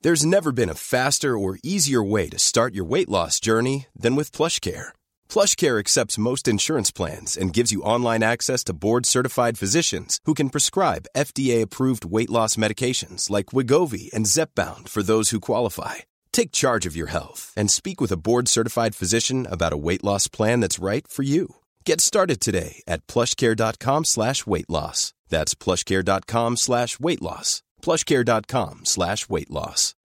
There's never been a faster or easier way to start your weight loss journey than with PlushCare. PlushCare accepts most insurance plans and gives you online access to board-certified physicians who can prescribe FDA-approved weight loss medications like Wegovy and Zepbound for those who qualify. Take charge of your health and speak with a board-certified physician about a weight loss plan that's right for you. Get started today at plushcare.com/weightloss. That's plushcare.com/weightloss. plushcare.com/weightloss.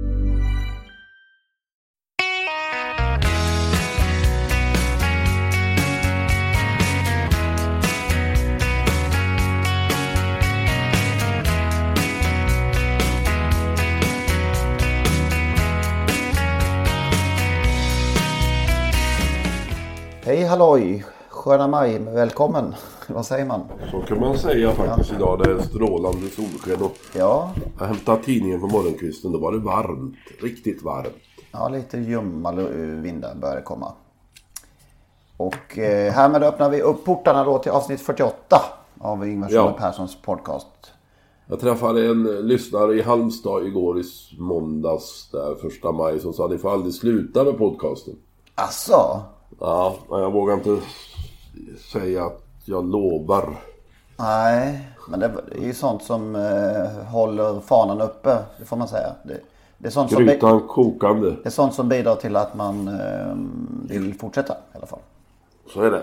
Hej halloj, sköna maj, välkommen. Vad säger man? Så kan man säga faktiskt idag. Det är strålande solsken och ja. Jag hämtade tidningen på morgonkvisten. Då var det varmt, riktigt varmt. Ja, lite ljumma vindar började komma. Och härmed öppnar vi upp portarna då till avsnitt 48 av Ingvar Perssons podcast. Jag träffade en lyssnare i Halmstad igår i måndags där 1 maj som sa: ni får aldrig sluta med podcasten. Asså? Ja, men jag vågar inte säga att jag lovar. Nej, men det är ju sånt som håller fanan uppe, det får man säga. Det är sånt grytan kokande. Det är sånt som bidrar till att man vill fortsätta i alla fall. Så är det.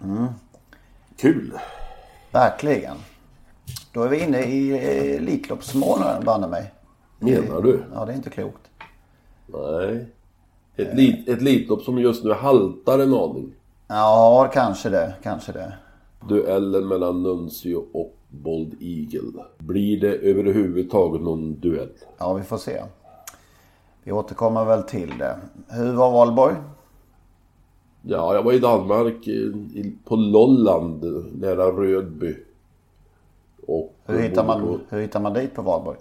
Kul. Verkligen. Då är vi inne i likloppsmånaden, banne mig. Menar du? Ja, det är inte klokt. Nej. Ett litlopp som just nu haltar en aning. Ja, kanske det. Duellen mellan Nuncio och Bold Eagle. Blir det överhuvudtaget någon duell? Ja, vi får se. Vi återkommer väl till det. Hur var Valborg? Ja, jag var i Danmark på Lolland nära Rödby. Och hur hittar man dit på Valborg?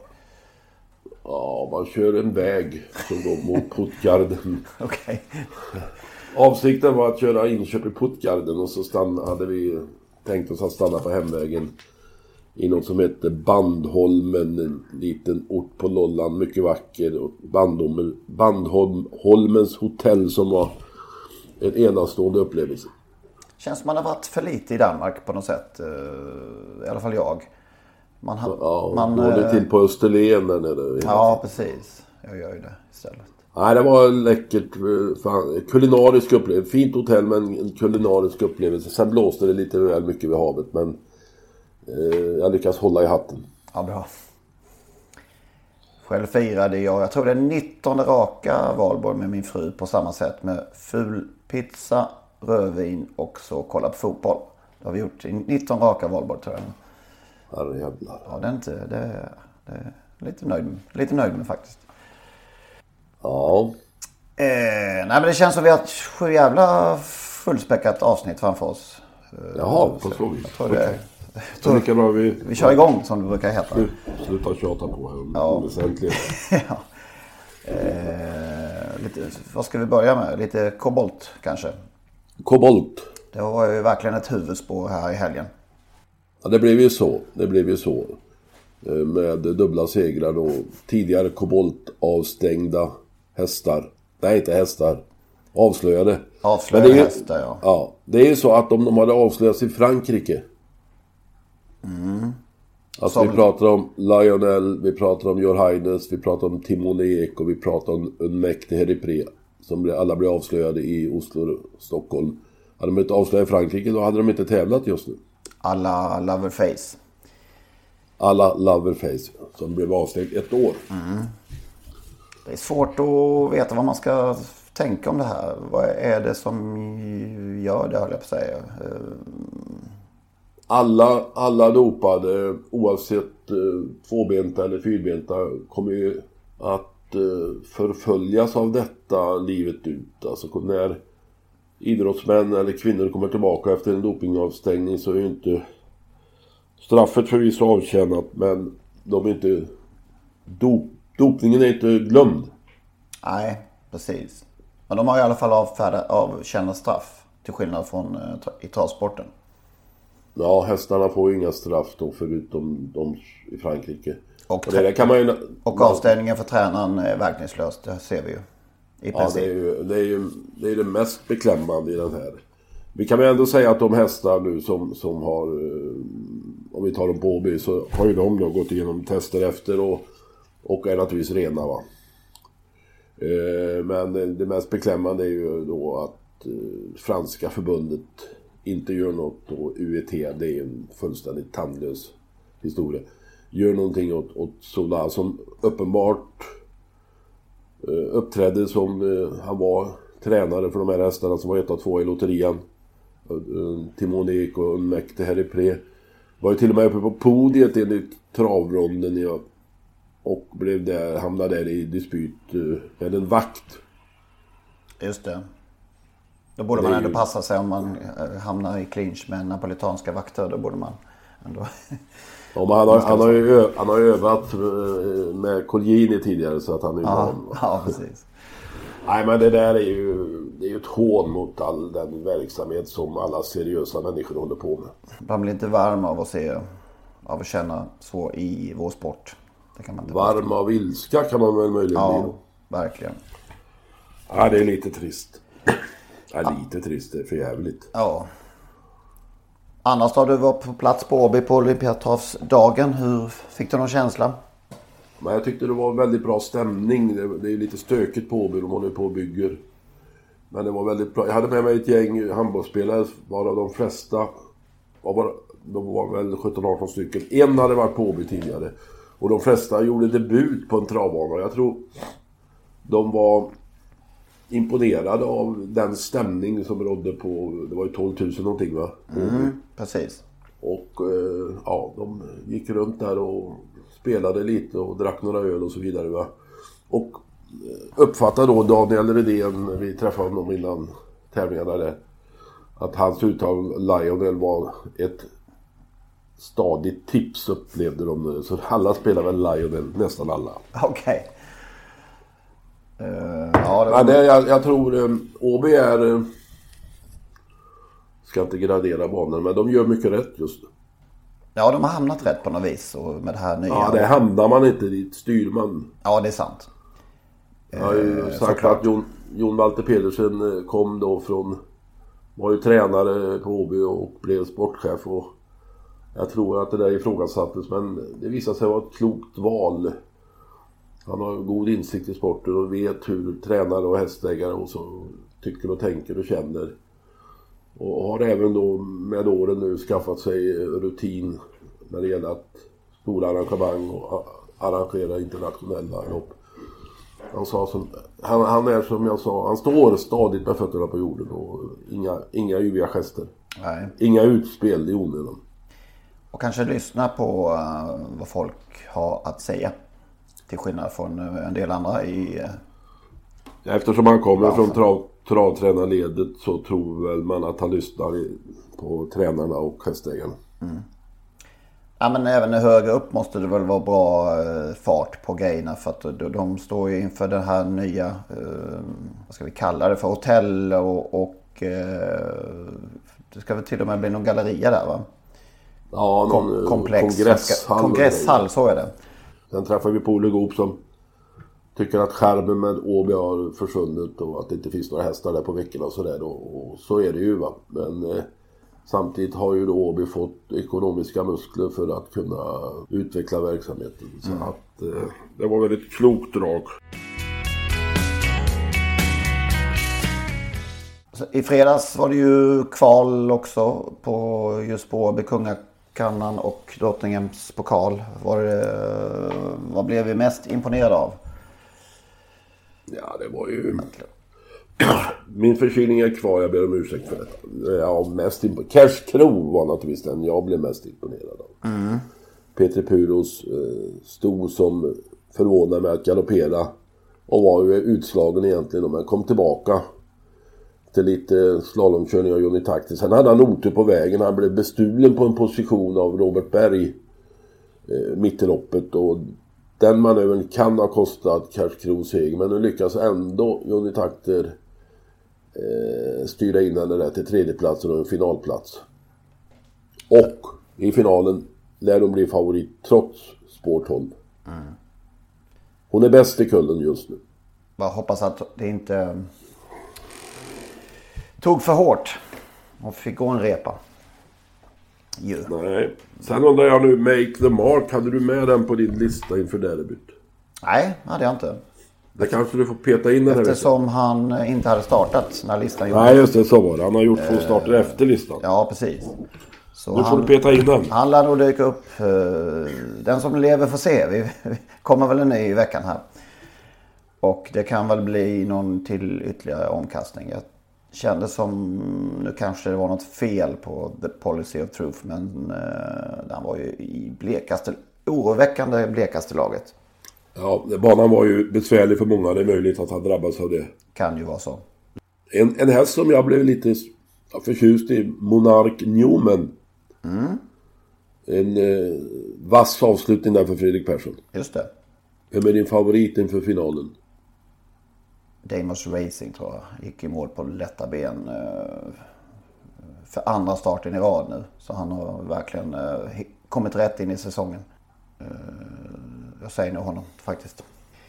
Ja, man kör en väg som går mot Puttgarden. Okej. Avsikten var att köra inköp i Puttgarden och så hade vi tänkt oss att stanna på hemvägen i något som heter Bandholmen, en liten ort på Lolland, mycket vacker. Och Bandholmens hotell som var en enastående upplevelse. Känns som man har varit för lite i Danmark på något sätt, i alla fall jag. Man går det till på Österlen där nere. Ja, precis. Jag gör ju det istället. Nej, det var läckert. Kulinarisk upplevelse. Fint hotell, men en kulinarisk upplevelse. Sen blåste det lite väl mycket vid havet, men jag lyckas hålla i hatten. Ja, bra. Själv firade jag tror det är 19 raka Valborg med min fru på samma sätt. Med ful pizza, rödvin och så kolla på fotboll. Det har vi gjort 19 raka Valborg, tror jag. Herrejävlar. Ja, det är inte... Det är lite nöjd med faktiskt. Ja. Nej, men det känns som vi har ett så jävla fullspäckat avsnitt framför oss. Jaha, på så vis. Jag tror vi kör igång, som det brukar heta. Sluta tjata på här. Ja. Ja. Vad ska vi börja med? Lite kobolt kanske. Kobolt. Det var ju verkligen ett huvudspår här i helgen. Ja, det blev ju så. Med dubbla segrar då. Tidigare kobolt avstängda hästar. Nej, inte hästar. Avslöjade hästar, ja. Ja, det är ju så att om de hade avslöjats i Frankrike. Alltså vi pratar om Lionel, vi pratar om Your Highness, vi pratar om Timonek och vi pratar om en mäktig Heriprea. Som alla blev avslöjade i Oslo och Stockholm. Hade de inte avslöjat i Frankrike, då hade de inte tävlat just nu. Alla Loverface. Alla Loverface som blev avstängd 1 år. Det är svårt att veta vad man ska tänka om det här. Vad är det som gör det, höll jag på att säga. Alla dopade, oavsett tvåbenta eller fyrbenta, kommer ju att förföljas av detta livet ut. Alltså när idrottsmän eller kvinnor kommer tillbaka efter en dopingavstängning så är ju inte straffet förvisso avtjänat, men de är inte dopningen är inte glömd. Nej, precis. Men de har i alla fall avtjänat straff till skillnad från i travsporten. Ja, hästarna får ju inga straff då förutom de i Frankrike. Och det kan man ju... Och avstängningen för tränaren är verkningslös, det ser vi ju. I princip. Det är det mest beklämmande i den här. Vi kan väl ändå säga att de hästar nu som har, om vi tar dem på Åby, så har ju de då gått igenom tester efter och är naturligtvis rena, va. Men det mest beklämmande är ju då att franska förbundet inte gör något, och UET, det är en fullständigt tandlös historia, gör någonting åt Sola som uppenbart uppträdde som han var tränare för de här hästarna som var 1 och 2 i lotterian. Timonik och Mäkte här i Pre var ju till och med uppe på podiet enligt travronden och hamnade där i dispyt med en vakt. Just det. Då borde man ändå passa sig om man hamnar i clinch med napolitanska vakter. Då borde man ändå... Ja, men han har ju övat med Colgjini tidigare, så att han är van. Ja, precis. Nej, men det där är ju ett hån mot all den verksamhet som alla seriösa människor håller på med. Man blir inte varm av att känna så i vår sport. Det kan man inte varm av ilska kan man väl möjligen bli. Ja, verkligen. Ja, det är lite trist. Lite trist, det är för jävligt. Ja. Annars har du varit på plats på Åby på Olympiatravsdagen. Hur fick du någon känsla? Men jag tyckte det var en väldigt bra stämning. Det är lite stökigt på Åby, de håller på och bygger. Men det var väldigt bra. Jag hade med mig ett gäng handbollsspelare, varav de flesta, de var väl 17-18 stycken. En hade varit på Åby tidigare. Och de flesta gjorde debut på en travbana. Jag tror de var imponerade av den stämning som rådde på, det var ju 12 000 någonting, va? Precis. Och de gick runt där och spelade lite och drack några öl och så vidare, va? Och uppfattade då Daniel Redén, vi träffade honom innan tävlingarna där, att hans uttal Lionel var ett stadigt tips, upplevde de. Så alla spelar väl Lionel, nästan alla. Okej. Jag tror Åby är, ska inte gradera banan, men de gör mycket rätt just nu. Ja, de har hamnat rätt på något vis, och med det här nya. Ja, det hamnar man inte dit, styr man. Ja, det är sant. Jag har ju sagt att Jon Walter Pedersen kom då var ju tränare på Åby och blev sportchef, och jag tror att det där ifrågasattes, men det visade sig vara ett klokt val. Han har god insikt i sporten och vet hur tränare och hästägare och så tycker och tänker och känner. Och har även då med åren nu skaffat sig rutin när det gäller att stora arrangemang och arrangera internationella lopp. Han är som jag sa, han står stadigt med fötterna på jorden och inga yviga gester. Nej. Inga utspel i onödan. Och kanske lyssna på vad folk har att säga. Till skillnad från en del andra i... Eftersom han kommer från travtränarledet så tror väl man att han lyssnar på tränarna och hästägarna. Ja, men även högre upp måste det väl vara bra fart på grejerna, för att de står ju inför den här nya, vad ska vi kalla det för, hotell och det ska väl till och med bli någon galleria där, va? Ja, någon kongresshall, så är det. Sen träffar vi på Olle Goop som tycker att skärmen med Åby har försvunnit och att det inte finns några hästar där på veckorna och sådär. Och så är det ju, va. Men samtidigt har ju då Åby fått ekonomiska muskler för att kunna utveckla verksamheten. Så att det var väldigt klokt drag. I fredags var det ju kval också just på Åby Kungakannan och Drottninghams pokal. Vad blev vi mest imponerade av? Ja, det var ju... Min förkylning är kvar, jag ber om ursäkt för detta. Ja, mest Cash Kro var naturligtvis den jag blev mest imponerad av. Petri Puros stod som förvånad med att galoppera och var ju utslagen egentligen, men kom tillbaka till lite slalomkörning av Johnny Taktis. Sen hade han otur på vägen, han blev bestulen på en position av Robert Berg mitt i loppet, och den manövern kan ha kostat Cash Kro seger, men nu lyckas ändå Johnny Takter styra in henne där till tredjeplatsen och en finalplats. Och i finalen lär de bli favorit trots spår 12. Hon är bäst i kullen just nu. Jag hoppas att det inte tog för hårt och fick gå en repa. Nej. Sen undrar jag nu, Make the Mark, hade du med den på din lista inför derbyt? Nej, hade jag inte. Det kanske du får peta in den här. Eftersom han inte hade startat när listan gjordes. Nej, just det, så var det. Han har gjort 2 starter efter listan. Ja, precis. Så Nu får du peta in den. Han lär nog dyka upp. Den som lever får se. Vi kommer väl en ny i veckan här. Och det kan väl bli någon till ytterligare omkastning. Jag kände som, nu kanske det var något fel på The Policy of Truth. Men den var ju i oroväckande blekaste laget. Ja, banan var ju besvärlig för många. Det är möjligt att han drabbas av det. Kan ju vara så. En häst som jag blev lite förtjust i, Monark Newman. En vass avslutning där för Fredrik Persson. Just det. Vem är din favorit inför finalen? Damos Racing tror jag. Gick i mål på lätta ben för andra starten i rad nu. Så han har verkligen kommit rätt in i säsongen. Jag säger nog honom faktiskt.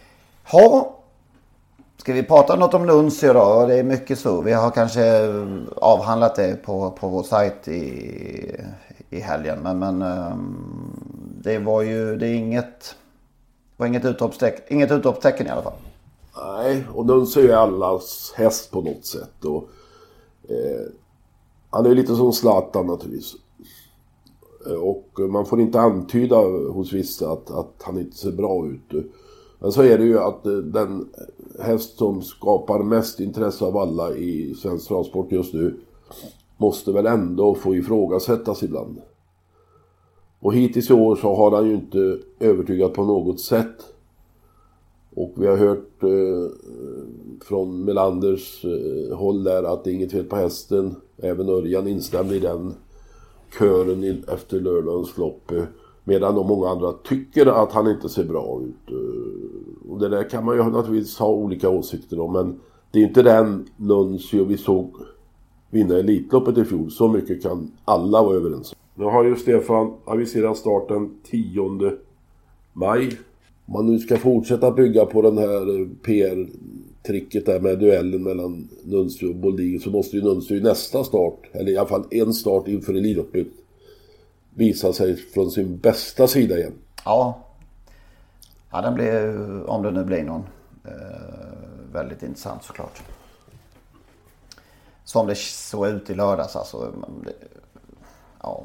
Ska vi prata något om Nuncio då? Det är mycket så. Vi har kanske avhandlat det på vår sajt i helgen. Men det var inget utropstecken i alla fall. Nej, och Nuncio är allas häst på något sätt. Och, han är lite som Zlatan naturligtvis. Och man får inte antyda hos vissa att han inte ser bra ut. Men så är det ju att den häst som skapar mest intresse av alla i svensk travsport just nu måste väl ändå få ifrågasättas ibland. Och hittills i år så har han ju inte övertygat på något sätt. Och vi har hört från Melanders håll där att det är inget fel på hästen. Även Örjan instämde i den kören efter lördagens flopp. Medan de många andra tycker att han inte ser bra ut. Och det där kan man ju naturligtvis ha olika åsikter om. Men det är inte den Nuncio vi såg vinna Elitloppet i fjol. Så mycket kan alla vara överens om. Nu har ju Stefan aviserat starten 10 maj. Om man nu ska fortsätta bygga på den här PR-tricket där med duellen mellan Nuncio och Boldin, så måste ju Nuncio i nästa start, eller i alla fall en start inför Elitloppet, visa sig från sin bästa sida igen. Ja, den blir, om det nu blir någon, väldigt intressant såklart. Som det såg ut i lördags alltså. Ja.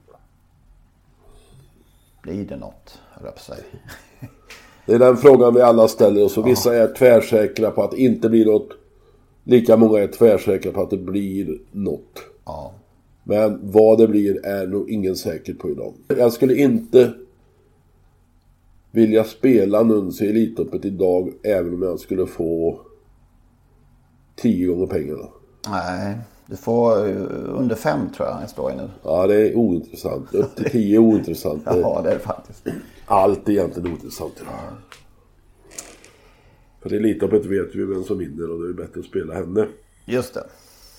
Blir det något, höll jag på sig. Det är den frågan vi alla ställer oss. Och vissa är tvärsäkra på att det inte blir något. Lika många är tvärsäkra på att det blir något. Ja. Men vad det blir är nog ingen säker på idag. Jag skulle inte vilja spela Nuncio i Elitloppet idag, även om jag skulle få 10 gånger pengarna. Nej, du får under 5 tror jag står i nu. Ja, det är ointressant. Upp till 10 är ointressant. Ja, det är det faktiskt. Allt är egentligen ointressant. Ja. För i Elitloppet vet vi vem som vinner och det är bättre att spela henne. Just det.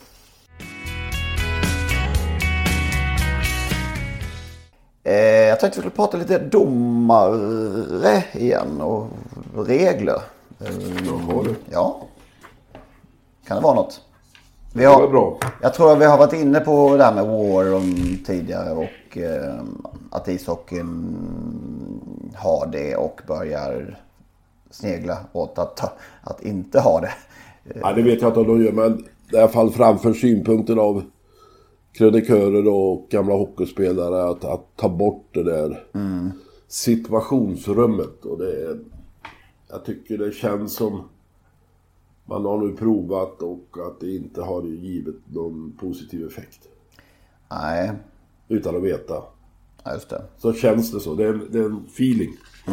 Jag tänkte vi skulle prata lite domare igen och regler. Ja. Kan det vara något? Det var bra. Jag tror att vi har varit inne på det här med War tidigare och att ishockeyn har det och börjar snegla åt att inte ha det. Ja, det vet jag inte om de gör, men i alla fall framför synpunkten av krönikörer och gamla hockeyspelare att ta bort det där situationsrummet. Och jag tycker det känns som man har nu provat och att det inte har givit någon positiv effekt. Nej. Utan att veta. Ja, just det. Så känns det så. Det är en feeling.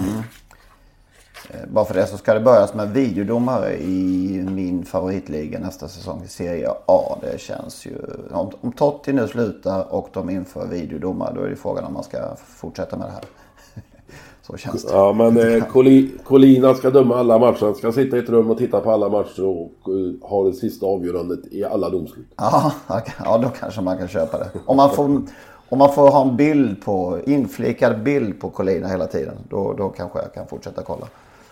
Bara för det så ska det börjas med videodomare i min favoritliga nästa säsong i Serie A. Det känns ju... Om Totti nu slutar och de inför videodomare, då är det frågan om man ska fortsätta med det här. Så känns det. Ja, men Colina ska döma alla matcher. Han ska sitta i ett rum och titta på alla matcher och ha det sista avgörandet i alla domslut. Ja, då kanske man kan köpa det. om man får ha en inflikad bild på Collina hela tiden, då kanske jag kan fortsätta kolla.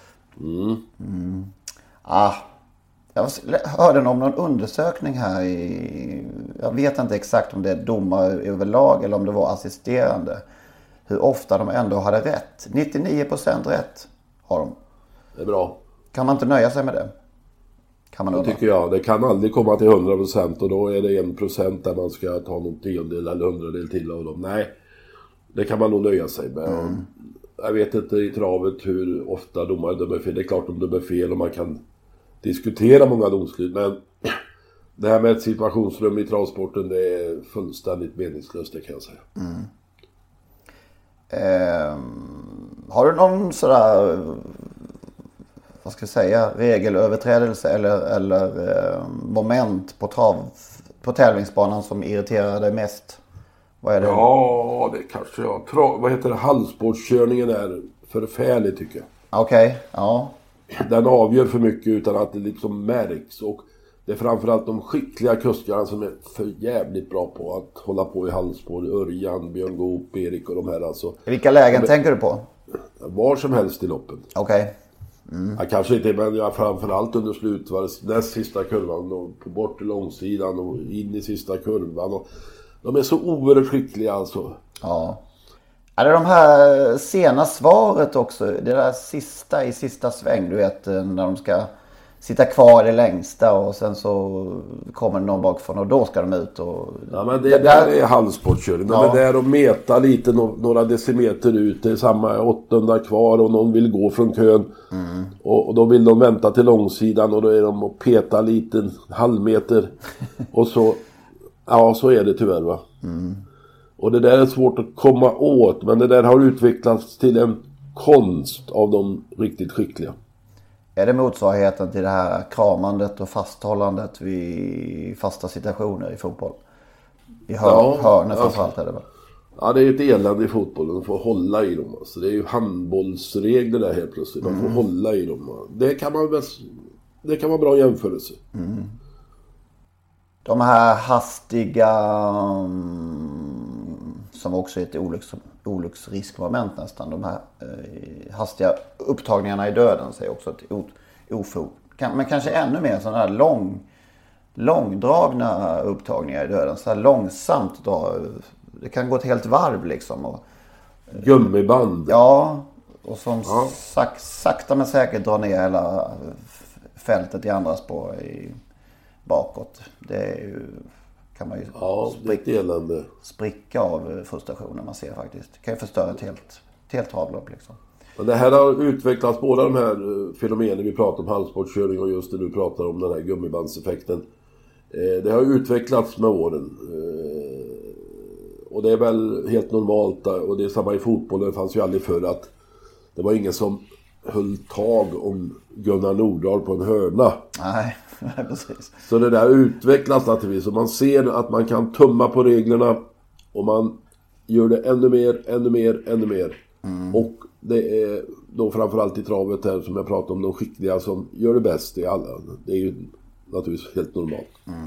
Jag hörde om någon undersökning här jag vet inte exakt om det är domare överlag eller om det var assisterande. Hur ofta de ändå hade rätt. 99% rätt har de. Det är bra. Kan man inte nöja sig med det? Det tycker jag. Det kan aldrig komma till 100% och då är det 1% där man ska ta någon tiondel eller hundradel till av dem. Nej, det kan man nog nöja sig med. Jag vet inte i travet hur ofta domare dömer fel. Det är klart de dömer fel och man kan diskutera många domslut, men det här med ett situationsrum i travsporten, det är fullständigt meningslöst, det kan jag säga. Har du någon sådär, vad ska jag säga, regelöverträdelse eller moment på tävlingsbanan som irriterar dig mest? Vad är det? Ja, det kanske jag. Vad heter det? Halvspårskörningen är förfärlig, tycker jag. Okej, ja. Den avgör för mycket utan att det liksom märks, och det är framförallt de skickliga kuskarna som är för jävligt bra på att hålla på i halvspår. Örjan, Björn Goop, Erik och de här alltså. I vilka lägen tänker du på? Var som helst i loppen. Okej. Jag kanske inte, men jag framförallt under näst sista kurvan och på bort långsidan och in i sista kurvan. Och de är så oerhört skickliga alltså. Ja. Är det de här sena svaret också? Det där sista sväng, du vet, när de ska sitta kvar det längsta och sen så kommer någon bakifrån och då ska de ut. Ja, men det där är halvsportkörning. Ja. Men det är att meta lite några decimeter ut. Det är samma 800 kvar och någon vill gå från kön. Och då vill de vänta till långsidan och då är de och peta lite halvmeter. Och så, ja, så är det tyvärr, va. Och det där är svårt att komma åt, men det där har utvecklats till en konst av de riktigt skickliga. Är det motsvarigheten till det här kramandet och fasthållandet vid fasta situationer i fotboll? I hörner framförallt är det väl? Ja, det är ett elände i fotbollen att få hålla i dem. Alltså, det är ju handbollsregler där helt plötsligt. Man får hålla i dem. Det kan vara bra jämförelse. De här hastiga, som också är ett olycksriskmoment nästan. De här hastiga upptagningarna i döden säger också ett ofog. Men kanske ännu mer sådana här långdragna upptagningar i döden. Så här långsamt då. Det kan gå ett helt varv liksom. Gummiband. Ja, och som sakta men säkert drar ner hela fältet i andra spår bakåt. Det är ju, kan man ju spricka av frustrationen man ser faktiskt. Det kan ju förstöra ett helt travlopp liksom. Och det här har utvecklats, båda de här fenomenen vi pratar om, halvsportkörning och just det du pratar om, den här gummibandseffekten. Det har utvecklats med åren. Och det är väl helt normalt, och det är samma i fotbollen. Det fanns ju aldrig förr att det var ingen som höll tag om Gunnar Nordahl på en hörna. Nej, precis. Så det där utvecklas naturligtvis, och man ser att man kan tumma på reglerna och man gör det ännu mer. Och det är då framförallt i travet här som jag pratar om, de skickliga som gör det bäst i alla. Det är ju naturligtvis helt normalt.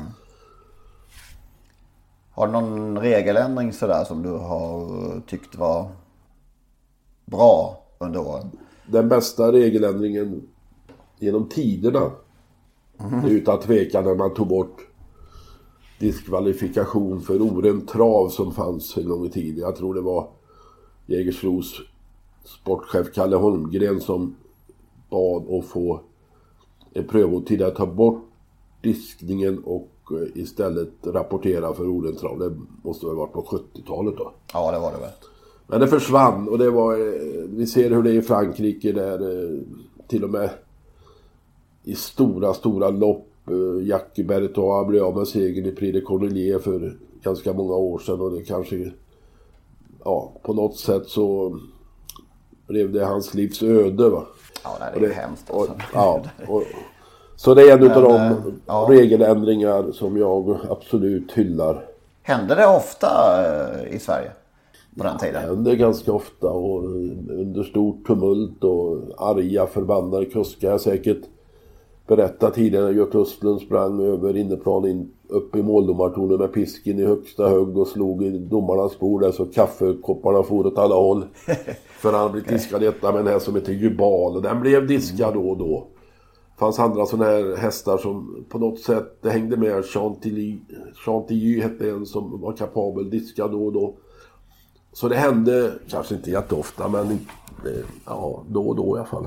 Har du någon regeländring sådär som du har tyckt var bra under åren? Den bästa regeländringen genom tiderna är utan tvekan när man tog bort diskvalifikation för orent trav som fanns en gång i tiden. Jag tror det var Jägersros sportchef Kalle Holmgren som bad att få en prövotid att ta bort diskningen och istället rapportera för orent trav. Det måste väl ha varit på 70-talet då. Ja, det var det väl. Men det försvann, och det var, vi ser hur det är i Frankrike där till och med i stora lopp. Jacques Berthoud blev av med segern i Prix de Cornelier för ganska många år sedan, och det kanske, ja, på något sätt så blev det hans livs öde, va. Ja, det är hemskt alltså. Så det är en av de regeländringar som jag absolut hyllar. Hände det ofta i Sverige på den tiden? Det hände ganska ofta, och under stort tumult och arga förbannade kuskar säkert berättat tidigare. Göte Östlund sprang över inneplan upp i måldomartornet med pisken i högsta hög och slog i domarnas bord där så kaffekopparna for åt alla håll. För han blev diskad etta med en häst som heter Jubal och den blev diskad då och då. Det fanns andra sådana här hästar som på något sätt det hängde med. Chantilly hette en som var kapabel diskad då och då. Så det hände kanske inte jätteofta men ja, då och då i alla fall.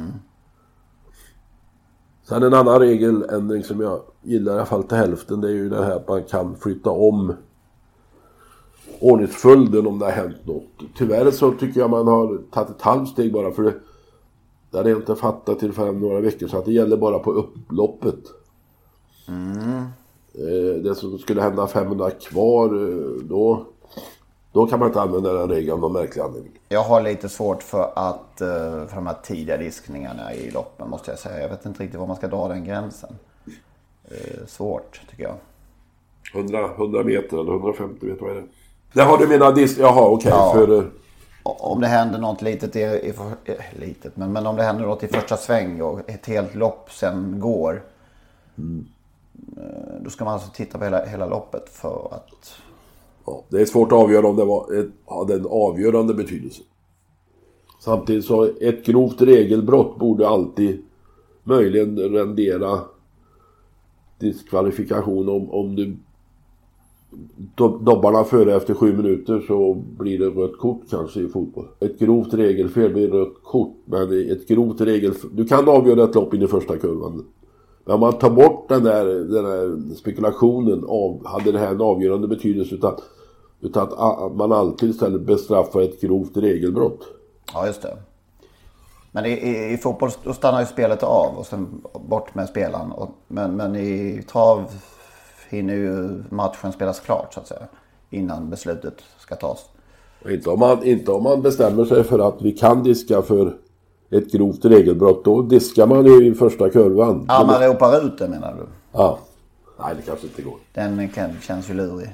Sen en annan regeländring som jag gillar i alla fall till hälften, det är ju det här att man kan flytta om ordningsföljden om det har hänt något. Tyvärr så tycker jag man har tagit ett halvt steg bara för det hade jag inte fattat till för några veckor så att det gäller bara på upploppet. Det som skulle hända 500 kvar då kan man inte använda den regeln av någon märklig anledning. Jag har lite svårt för de här tidiga diskningarna i loppen måste jag säga. Jag vet inte riktigt var man ska dra den gränsen. Svårt tycker jag. 100 meter eller 150 meter, vad är det? Det har du mina disk... Jaha, okej. Ja. För... Om det händer något litet, men om det händer något i första sväng och ett helt lopp sen går. Då ska man alltså titta på hela loppet för att... Ja, det är svårt att avgöra om det hade en avgörande betydelse. Samtidigt så ett grovt regelbrott borde alltid möjligen rendera diskvalifikation om du dobbarna före efter 7 minuter så blir det rött kort kanske i fotboll. Ett grovt regelfel blir rött kort men ett grovt regelfel... Du kan avgöra ett lopp in i första kurvan. Men om man tar bort den här spekulationen hade det här en avgörande betydelse utan att man alltid istället bestraffar ett grovt regelbrott. Ja, just det. Men i fotboll då stannar ju spelet av och sen bort med spelaren. Men i trav hinner ju matchen spelas klart så att säga innan beslutet ska tas. Inte om man bestämmer sig för att vi kan diska för ett grovt regelbrott, då diskar man ju i första kurvan. Ja, man ropar ut det menar du? Ja. Nej, det kanske inte går. Den känns ju lurig.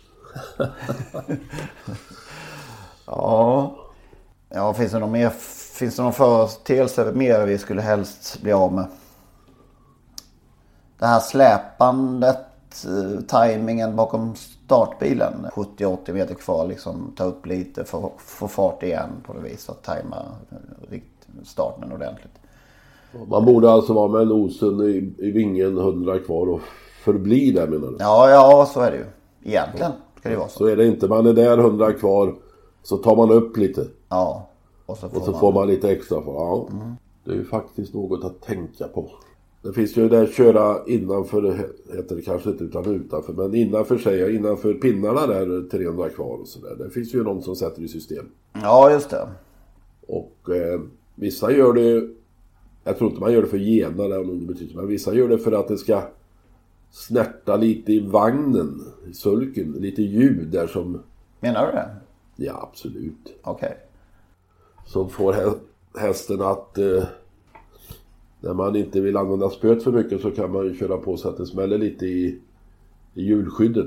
Ja, finns det någon företeelse mer vi skulle helst bli av med? Det här släpandet, tajmingen bakom startbilen. 70-80 meter kvar, liksom ta upp lite för att få fart igen på det vis att tajma starten ordentligt. Man borde alltså vara med nosen i vingen 100 kvar och förbli där menar du? Ja, så är det ju. Egentligen ska det vara så. Så är det inte. Man är där 100 kvar så tar man upp lite. Ja. Och så får man lite extra för. Ja. Det är ju faktiskt något att tänka på. Det finns ju där köra innanför, heter det kanske inte utan utanför, men innanför pinnarna där 300 kvar och sådär. Det finns ju någon som sätter i system. Ja, just det. Och vissa gör det, jag tror inte man gör det för gena där om det betyder, men vissa gör det för att det ska snärta lite i vagnen, i sulken, lite ljud där som... Menar du det? Ja, absolut. Okej. Som får hästen att när man inte vill använda spöt för mycket så kan man ju köra på så att det smäller lite i hjulskyddet.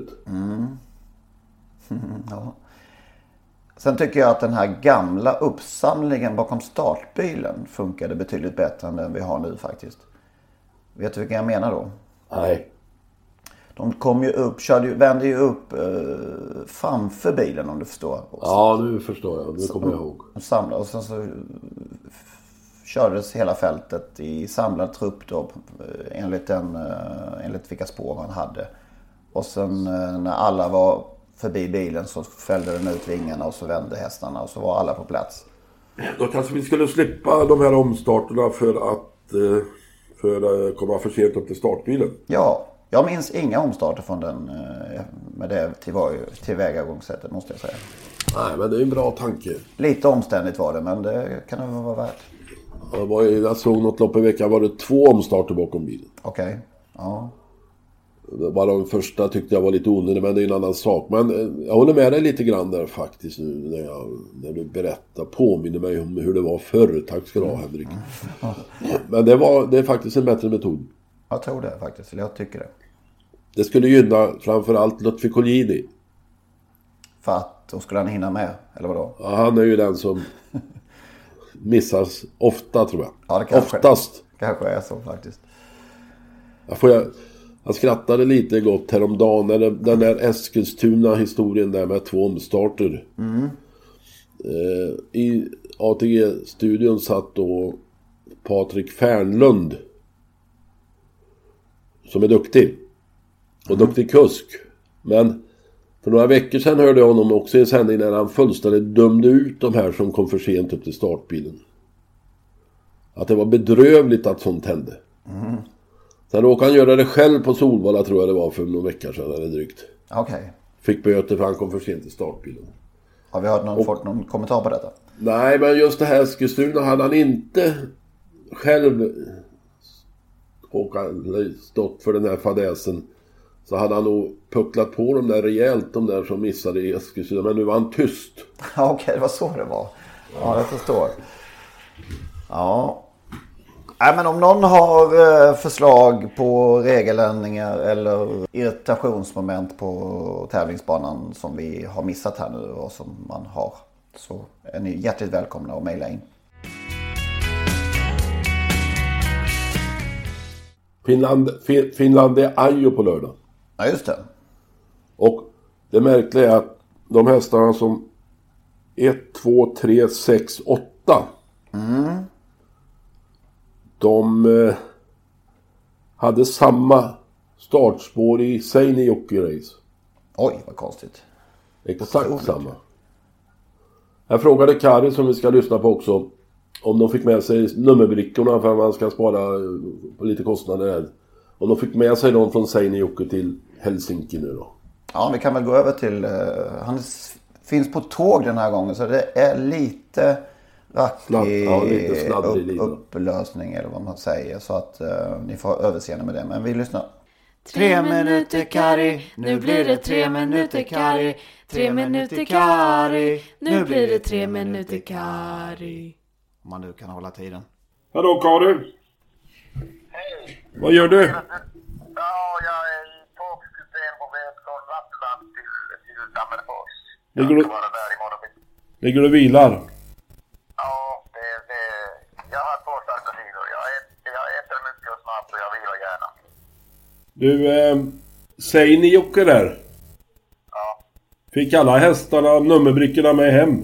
Ja. Sen tycker jag att den här gamla uppsamlingen bakom startbilen funkade betydligt bättre än den vi har nu faktiskt. Vet du vilka jag menar då? Nej. De kom ju upp, vände ju upp framför bilen om du förstår. Ja, nu förstår jag. Nu kommer jag ihåg. Samlade, och sen så kördes hela fältet i samlad trupp då enligt vilka spår man hade. Och sen när alla var förbi bilen så fällde den ut vingarna och så vände hästarna och så var alla på plats. Då kanske vi skulle slippa de här omstarterna för att komma för sent upp till startbilen. Ja, jag minns inga omstarter från den med det tillvägagångssättet måste jag säga. Nej, men det är en bra tanke. Lite omständigt var det, men det kan det vara värt. Jag såg något lopp i veckan, var det 2 omstarter bakom bilen. Okej, ja. Bara de första tyckte jag var lite onödig, men det är en annan sak. Men jag håller med dig lite grann där faktiskt nu när du berättar. Påminner mig om hur det var förr. Tack ska du ha, Henrik. Men det är faktiskt en bättre metod. Jag tror det faktiskt, eller jag tycker det. Det skulle gynna framförallt Lutfi Colgjini. För att då skulle han hinna med, eller vadå? Ja, han är ju den som missas ofta tror jag. Ja, det kanske är så faktiskt. Jag skrattade lite gott häromdagen när den där Eskilstuna-historien där med 2 omstarter. I ATG-studion satt då Patrik Fernlund, som är duktig och duktig kusk. Men för några veckor sedan hörde jag honom också i en sändning när han fullständigt dömde ut de här som kom för sent upp till startbilen. Att det var bedrövligt att sånt hände. Sen råkade han göra det själv på Solvalla, tror jag det var, för några veckor sedan eller drygt. Okej. Fick böter för han kom för sent till startbilen. Har vi fått någon kommentar på detta? Nej, men just det här Eskilstuna hade han inte själv stått för den här fadäsen, så hade han nog pucklat på dem där rejält, de där som missade i Eskilstuna. Men nu var han tyst. Okej, det var så det var. Ja, jag förstår. Ja. Nej, men om någon har förslag på regeländringar eller irritationsmoment på tävlingsbanan som vi har missat här nu och som man har, så är ni hjärtligt välkomna att mejla in. Finland är Ajo på lördag. Ja, just det. Och det märkliga är att de hästarna som 1, 2, 3, 6, 8 de hade samma startspår i Seinäjoki-race. Oj, vad konstigt. Exakt samma. Jag frågade Kari, som vi ska lyssna på också, om de fick med sig nummerbrickorna för att man ska spara på lite kostnader här. Om de fick med sig dem från Seinäjoki till Helsinki nu då. Ja, vi kan väl gå över till... han finns på tåg den här gången, så det är lite rackig upplösning eller vad man säger. Så att ni får överseende med det. Men vi lyssnar. 3 minuter Kari, nu blir det 3 minuter Kari. 3 minuter Kari, nu blir det 3 minuter Kari. Om man nu kan hålla tiden. Hallå Kari. Hej. Vad gör du? Ja, jag är i tågsystem på väg från Lappland till Tammerfors. Jag ska vara där imorgon. Ligger du och vilar? Ja, jag har 2 starka sidor. Jag äter mycket och snabbt och jag vilar gärna. Du, Seinäjoki där. Ja. Fick alla hästarna nummerbrickorna med hem?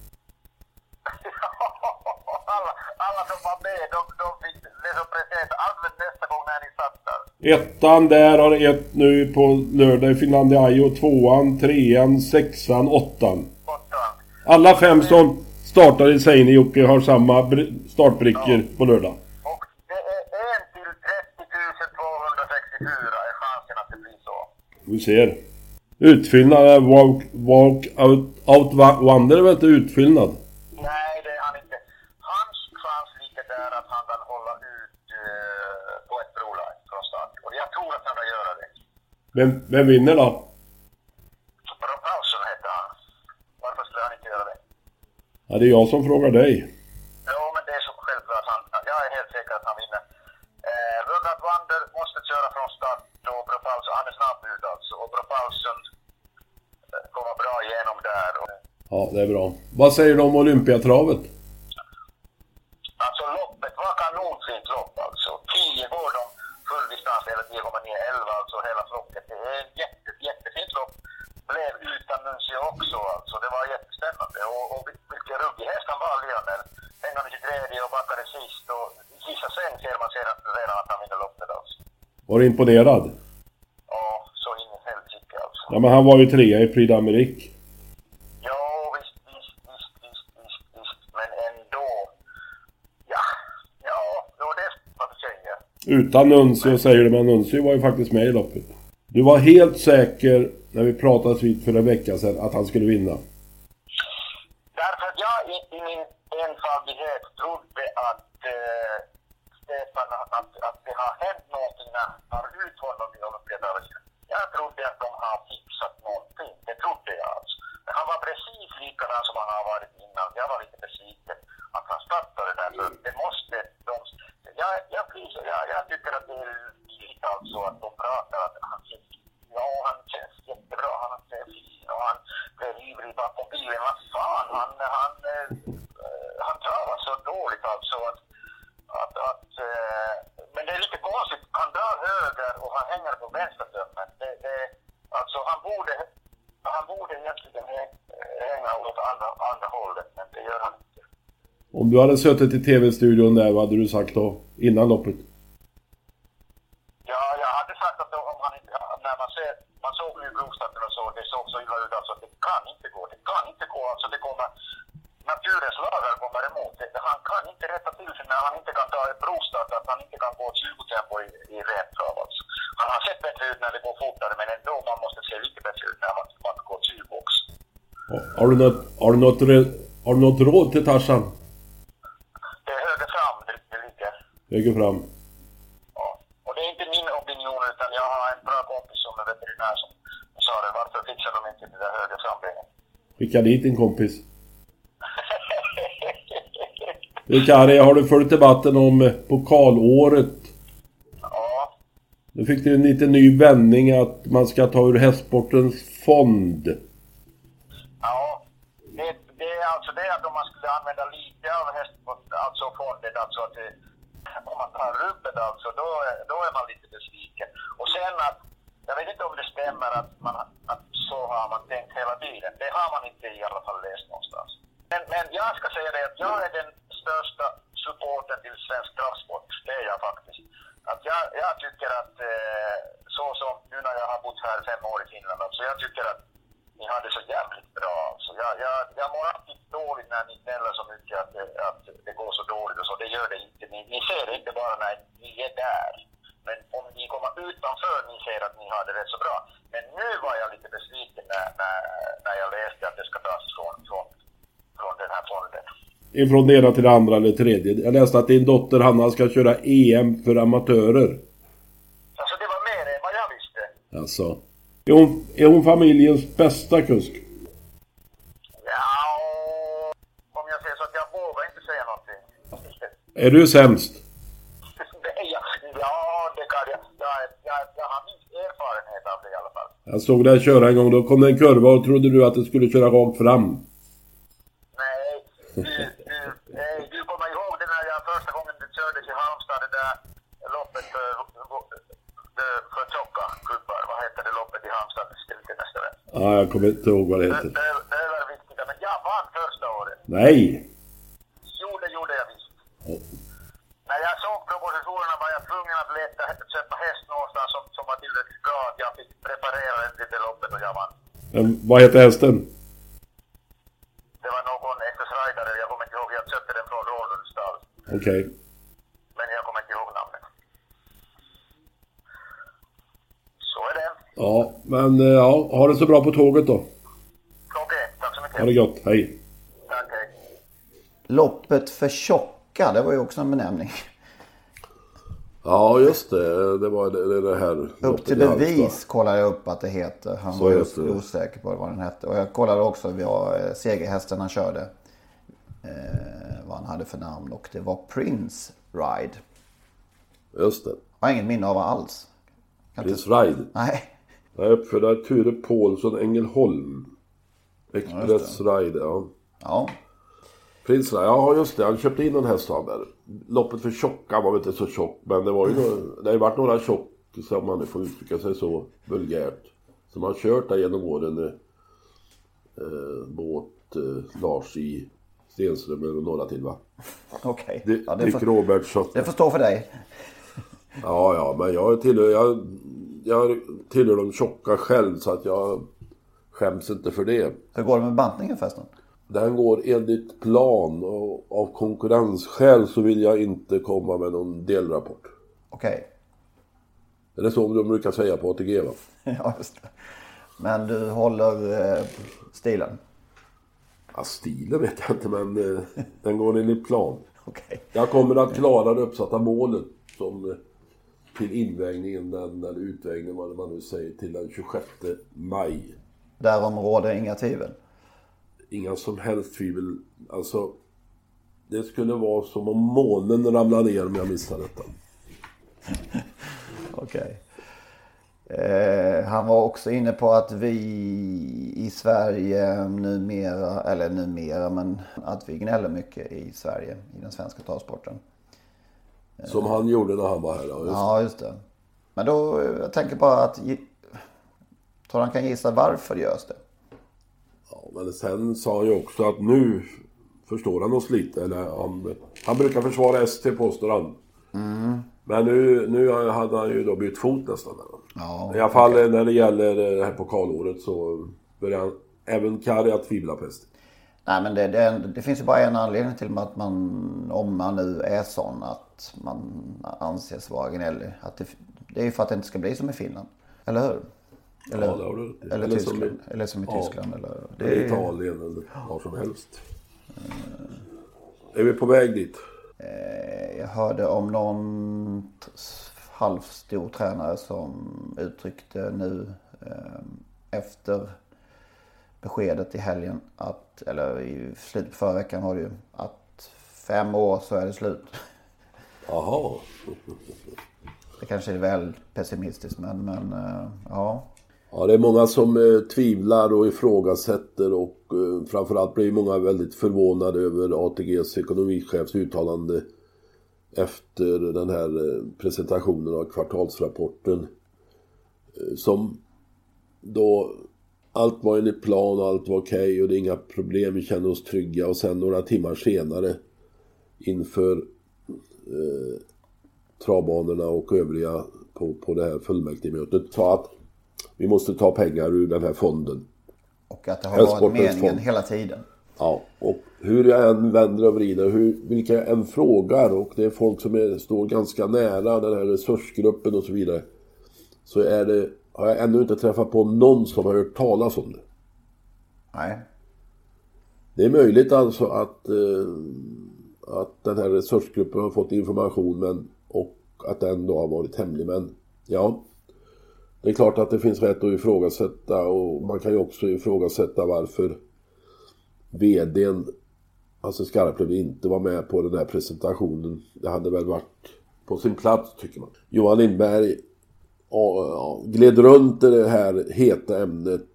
alla som var med, de fick det som present. Använd nästa gång när ni satt där. 1:an där har 1 nu på lördag i Finland Ajo. 2:an, 3:an, 6:an, 8:an. Alla 5 som startar i Seinäjoki har samma startbrickor på lördag. Och det är 1 till 30 264 är chansen att det blir så. Du ser. Utfyllnad, walk out wander är väl inte utfyllnad? Nej, det är han inte. Hans chans ligger där att han kan hålla ut på ett brolag från start. Och jag tror att han kan göra det. Vem vinner då? Paulsson heter han. Varför skulle han inte göra det? Ja, det är jag som frågar dig. Jo, men det är så självklart. Jag är helt säker att han vinner. Rudolf Wander måste köra från start och Paulsson, han är snabb ut alltså. Och Paulsson kommer bra igenom där. Ja, det är bra. Vad säger du om Olympiatravet? Alltså loppet var kanonfint lopp alltså. 10 går de full distans hela tiden, kommer ner 11 alltså hela flocket. Det är jättefint lopp. Blev utan Nuncio också alltså. Det var jättespännande. Och vilken ruggig häst han var, Lionel. Hängde i tredje och backade sist. Och i sista sväng ser man redan att han vinner loppet alltså. Var du imponerad? Ja, så ingen helsike alltså. Ja, men han var ju 3 i Prix d'Amérique. Ja, visst. Men ändå. Ja, det är vad du säger. Utan Nuncio säger du, men Nuncio var ju faktiskt med i loppet. Du var helt säker när vi pratade vid för en vecka sedan att han skulle vinna. Därför att jag i min enfaldighet trodde att Stefan, att det har hänt någonting när han har ut honom i Olympiatravet. Jag trodde att de har fixat någonting. Det trodde jag alltså. Men han var precis likadan som han har varit innan. Jag var lite besviken att han startade där. För det måste de... Jag tycker att det är lite alltså att de pratar att han känns jättebra. Han är fin och han är ivrig bakom bilen. Vad fan, han travar så dåligt alltså att men det Om du hade suttit i tv-studion där, vad hade du sagt då? Innan loppet? Ja, jag hade sagt att om han inte, när man såg ju grovstarten och så, det såg så illa ut alltså, det kan inte gå, alltså det kommer, naturens lagar kommer emot det. Han kan inte rätta till sig när han inte kan ta ett provstart, att han inte kan gå 20 tempo i rentrav alltså. Han har sett bättre ut när det går fortare, men ändå man måste se lite bättre ut när man går 20 också. Har du något råd till Tarzan? Det är höger fram, det ligger. Höger fram. Ja. Och det är inte min opinion, utan jag har en bra kompis som är veterinär som sa det. Varför fixar de inte det där höger frambenet? Skicka dit din kompis. Kari, har du följt debatten om pokalåret? Ja. Nu fick det en liten ny vändning att man ska ta ur hästsportens fond. Ja. Det är alltså det att om man skulle använda lite av alltså fonden, alltså att om man tar rubbet alltså, då är man lite besviken. Och sen att, jag vet inte om det stämmer att så har man tänkt hela tiden. Det har man inte i alla fall läst någonstans. Men jag ska säga det att jag är den största supporten till svensk travsport. Det är jag faktiskt. Att jag tycker att så som nu när jag har bott här 5 år i Finland, så jag tycker att ni har det så jävligt bra. Alltså, jag mår alltid dåligt när ni gnäller så mycket att det går så dåligt och så. Det gör det inte. Ni ser det inte bara när ni är där. Men om ni kommer utanför, ni ser att ni har det rätt så bra. Men nu var jag lite besviken när jag läste att det ska tas från den här fonden. Ifrån det ena till det andra eller tredje. Jag läste att din dotter Hanna ska köra EM för amatörer. Alltså det var mer än vad jag visste. Alltså. Är hon familjens bästa kusk? Ja, om jag säger så att jag vågar inte säga någonting. Är du sämst? Ja, det kan jag. Jag har minst erfarenhet av det i alla fall. Jag såg dig köra en gång, då kom det en kurva och trodde du att det skulle köra rakt fram. Nej, du kommer ihåg det när jag första gången körde till Halmstad, det där loppet för tjocka kubbar. Vad heter det loppet i Halmstad? Stiltemästare. Ja, jag kommer inte ihåg vad det heter. Det är viktigt, men jag vann första året. Nej! Jo, det gjorde jag visst. Ja. När jag såg propositionerna var jag tvungen att köpa häst någonstans som var tillräckligt bra att jag fick preparera den till det loppet och jag vann. Men vad heter hästen? Det var någon SS-ridare, jag kommer inte ihåg, jag köpte den från Rålundsdal. Okej. Men jag kommer inte ihåg namnet. Så är det. Ja, men ja, ha det så bra på tåget då. Okej, tack så mycket. Ha det gott, hej. Tack, hej. Loppet för tjocka, det var ju också en benämning. Ja, just det. Det var det här. Upp till bevis kollade jag upp att det heter. Han Så var heter det. osäker på vad den hette. Och jag kollade också vad segerhästen han körde. Vad han hade för namn. Och det var Prince Ride. Just det. Jag har ingen minne av alls. Prince Ride. Nej. Jag uppfödde Ture Paulsson Ängelholm. Express Ride, ja. Ja. Prince Ride, ja just det. Han köpte in en häst av där. Loppet för tjocka var inte så tjock. Men det var ju det har varit några tjock, som man får uttrycka sig så vulgärt. Som har kört där genom åren. Båt, Lars i Stenström och några till, va? Okej. Dick Robertsson. Det får stå för dig. Ja, men jag tillhör de tjocka själv, så att jag skäms inte för det. Hur går det med bantningen förresten? Den går enligt plan, och av konkurrensskäl så vill jag inte komma med någon delrapport. Okej. Är det så de brukar säga på ATG, va? Ja, just det. Men du håller stilen? Ja, stilen vet jag inte, men den går enligt plan. Okej. Jag kommer att klara det uppsatta målet som till invägningen, eller utvägningen, vad man nu säger, till den 26 maj. Därom råder inga tvivel. Inga som helst tvivel. Alltså, det skulle vara som om månen ramlade ner om jag missade detta. Okej. Han var också inne på att vi i Sverige numera, men att vi gnäller mycket i Sverige, i den svenska travsporten. Som han gjorde när han var här. Ja, just det. Men då, jag tänker bara att, tror han kan gissa varför det görs det? Ja, men sen sa han ju också att nu förstår han oss lite. Eller han brukar försvara ST, påstår han. Men nu hade han ju då bytt fot nästan. Ja, i alla fall när det gäller det här pokalåret så börjar han även Kari att tvivla på ST. Nej, men det finns ju bara en anledning till att man, om man nu är sån att man anses vara gnällig, att det är ju för att det inte ska bli som i Finland. Eller hur? Eller, ja, det har du. Eller Tyskland. Eller som i Tyskland. Eller, det är Italien eller vad som helst. Är vi på väg dit? Jag hörde om någon halvstor tränare som uttryckte nu efter beskedet i helgen eller i slutet på förra veckan var det ju att 5 år så är det slut. Jaha. Det kanske är väl pessimistiskt men ja. Ja, det är många som tvivlar och ifrågasätter och framförallt blir många väldigt förvånade över ATGs ekonomichefs uttalande efter den här presentationen av kvartalsrapporten som då allt var enligt plan och allt var okej och det är inga problem, vi känner oss trygga och sen några timmar senare inför travbanorna och övriga på det här fullmäktigemötet sa att vi måste ta pengar ur den här fonden. Och att det har varit meningen hela tiden. Ja, och hur jag än vänder och vrider, vilka jag än frågar och det är folk som står ganska nära den här resursgruppen och så vidare så har jag ännu inte träffat på någon som har hört talas om det. Nej. Det är möjligt alltså att den här resursgruppen har fått information och att den då har varit hemlig. Men ja, det är klart att det finns rätt att ifrågasätta och man kan ju också ifrågasätta varför vdn, alltså Skarplöv, inte var med på den här presentationen. Det hade väl varit på sin plats tycker man. Johan Lindberg gled runt i det här heta ämnet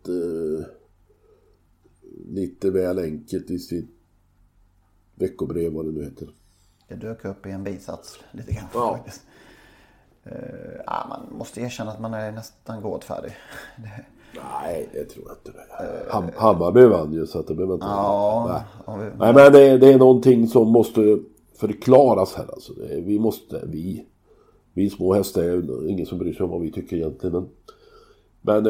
lite väl enkelt i sitt veckobrev, vad det nu heter. Det dök upp i en bisats lite grann faktiskt. Man måste erkänna att man är nästan gåtfärdig. Nej, det tror jag inte. Hammarby vann ju så att det behöver inte. Ja, Nej, men det är någonting som måste förklaras här. Alltså. Vi små hästar är ingen som bryr sig om vad vi tycker egentligen. Men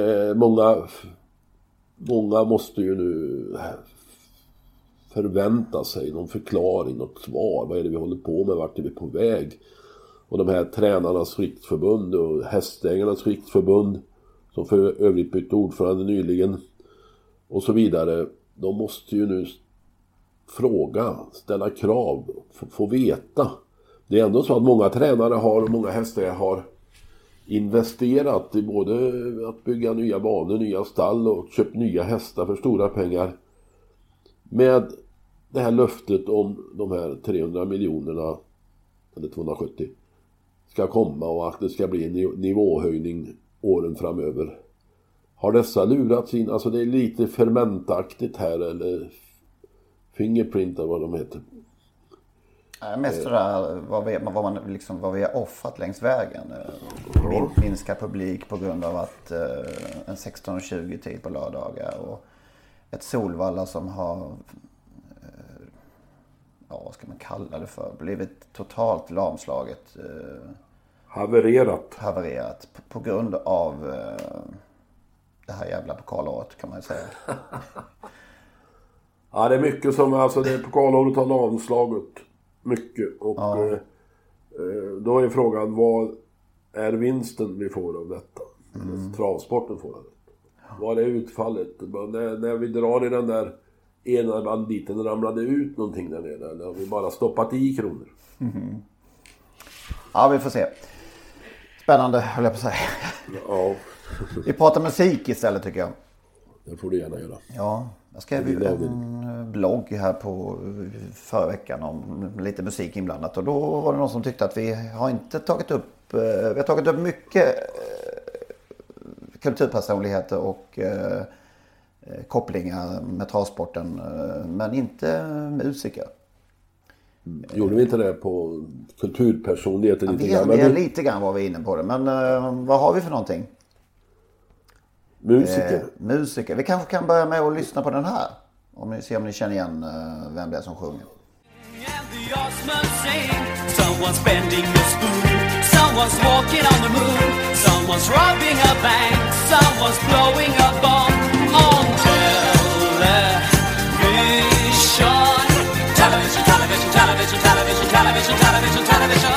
många måste ju nu förvänta sig någon förklaring, något svar. Vad är det vi håller på med? Vart är vi på väg? Och de här tränarnas riksförbund och hästägarnas riksförbund som för övrigt bytte ordförande nyligen och så vidare. De måste ju nu ställa krav, få veta. Det är ändå så att många tränare och många hästägare har investerat i både att bygga nya banor, nya stall och köpt nya hästar för stora pengar. Med det här löftet om de här 300 miljonerna eller 270 ska komma och att det ska bli en nivåhöjning åren framöver. Har dessa lurats in? Alltså det är lite fermentaktigt här eller fingerprint eller vad de heter. Mest det där vad vi har offrat längs vägen. Minska publik på grund av att en 16:20 tid på lördagar och ett Solvalla som har vad ska man kalla det för, blivit totalt lamslaget. Havererat på grund av det här jävla pokalåret kan man ju säga. Ja, det är mycket som, alltså det pokalåret har lamslaget mycket och då är frågan, vad är vinsten vi får av detta? Travsporten får av detta. Vad är utfallet? När vi drar i den där ena banditen ramlade ut någonting där nere eller har vi bara stoppat i kronor? Ja, vi får se. Spännande, höll jag på att säga. Ja. Vi pratar musik istället tycker jag. Det får du gärna göra. Ja, jag skrev ju en blogg här på förra veckan om lite musik inblandat. Och då var det någon som tyckte att vi har inte tagit upp... Vi har tagit upp mycket kulturpersonligheter och kopplingar med travsporten. Men inte musiker. Gjorde vi inte det på kulturpersonligheter lite grann? Vi är lite grann var vi inne på det. Men vad har vi för någonting? Musiker. Musiker. Vi kanske kan börja med att lyssna på den här. Om ni känner igen vem det är som sjunger. And the horsemen sing. Someone's bending a spoon. Someone's walking on the moon. Someone's robbing a bank. Someone's blowing a bomb on television. Television, television, television, television, television, television, television.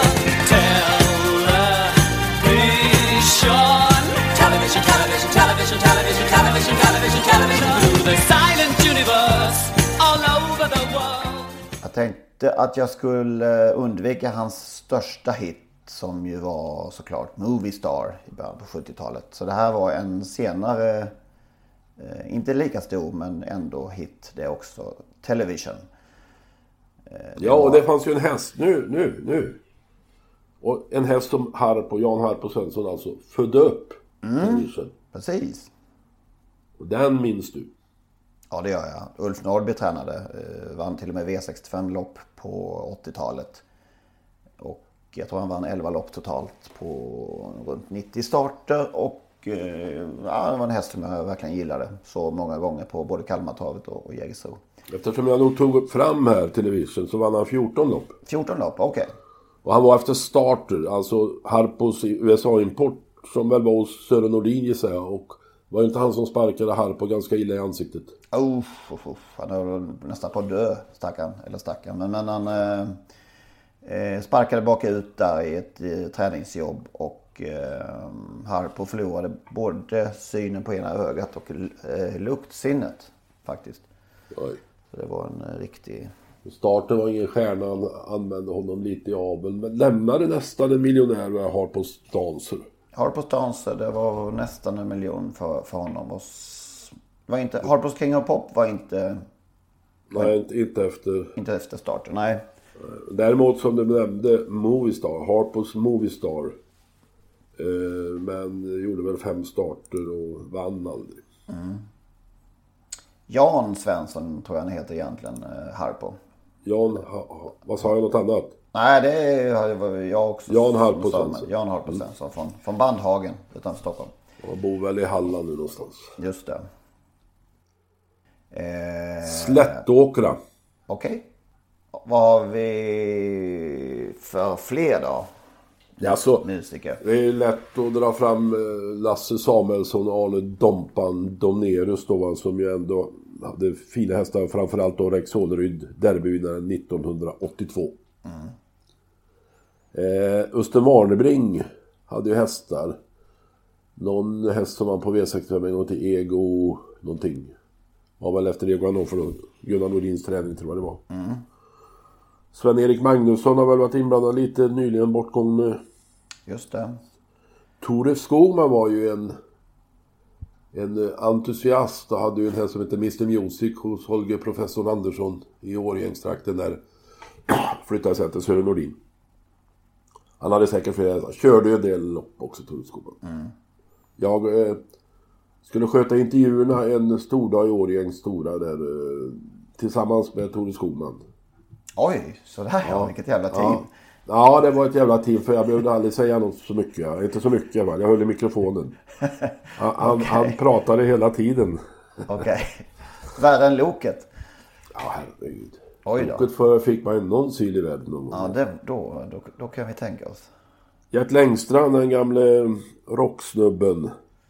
Television, television, television, television, television, television, television. Through the silent universe all over the world. Jag tänkte att jag skulle undvika hans största hit som ju var såklart Movie Star i början på 70-talet. Så det här var en senare, inte lika stor men ändå hit det också, Television. Ja, och det fanns ju en häst nu. Och en häst som Jan Harpo Svensson alltså födde upp. Precis. Och den minns du? Ja, det gör jag. Ulf Nordby tränade, vann till och med V65-lopp på 80-talet. Och jag tror han vann 11 lopp totalt på runt 90 starter. Och det var en häst som jag verkligen gillade så många gånger på både Kalmartravet och Jägersro. Eftersom jag nog tog upp fram här Television så vann han 14 lopp. 14 lopp, okej. Och han var efter starter, alltså Harpos USA-import som väl var hos Sören Nordin gissar jag. Och var inte han som sparkade Harpo ganska illa i ansiktet? Han är nästan på att dö, stackarn. Men han sparkade bakut där i ett träningsjobb och Harpo förlorade både synen på ena ögat och luktsinnet faktiskt. Oj. Så det var en riktig... Starten var ingen stjärna, han använde honom lite i avel. Men lämnade nästan en miljonär med Harpos danser. Harpos danser, det var nästan 1 miljon för honom. Var inte, Harpos King of Pop var inte... Nej, inte efter... Inte efter starten, nej. Däremot som du nämnde Movie Star, Harpos Movie Star. Men gjorde väl 5 starter och vann aldrig. Jan Svensson tror jag han heter egentligen, Harpo. Vad sa jag, något annat? Nej, det är jag också. Jan Harpo Svensson. Jan Harpo Svensson från Bandhagen utanför Stockholm. Han bor väl i Halland nu någonstans. Just det. Slättåkra. Okej. Vad har vi för fler då? Alltså, musiker. Det är lätt att dra fram Lasse Samuelsson och Arne Dompan Domnerus då, som ju ändå hade fina hästar, framförallt då Rex Håleryd, derbyvinnaren 1982. Östermarnebring hade ju hästar. Någon häst som var på V65 en gång till Ego någonting. Var väl efter Ego Hannover för Gunnar Nordins träning tror jag det var. Sven-Erik Magnusson har väl varit inblandad lite nyligen bortgång. Just det. Tore Skogman var ju en entusiast och hade ju en häst som heter Mr. Music hos Holger Professor Andersson i Årgängstrakten där flyttade sig till Sören Nordin. Han hade säkert flera hästar. Körde ju en del lopp också, Tore Skogman. Jag skulle sköta intervjuerna en stor dag i Årgängs stora där tillsammans med Tore Skogman. Oj, så där ja, vilket jävla team. Ja, det var ett jävla team för jag behövde aldrig säga något så mycket. Inte så mycket, va? Jag höll i mikrofonen. Han pratade hela tiden. Okej. Värre än Loket. Ja, herregud. Oj då. Loket för fick man någon syl i världen någon gång. Ja, då kan vi tänka oss. Gert Längstrand, den gamle rocksnubben.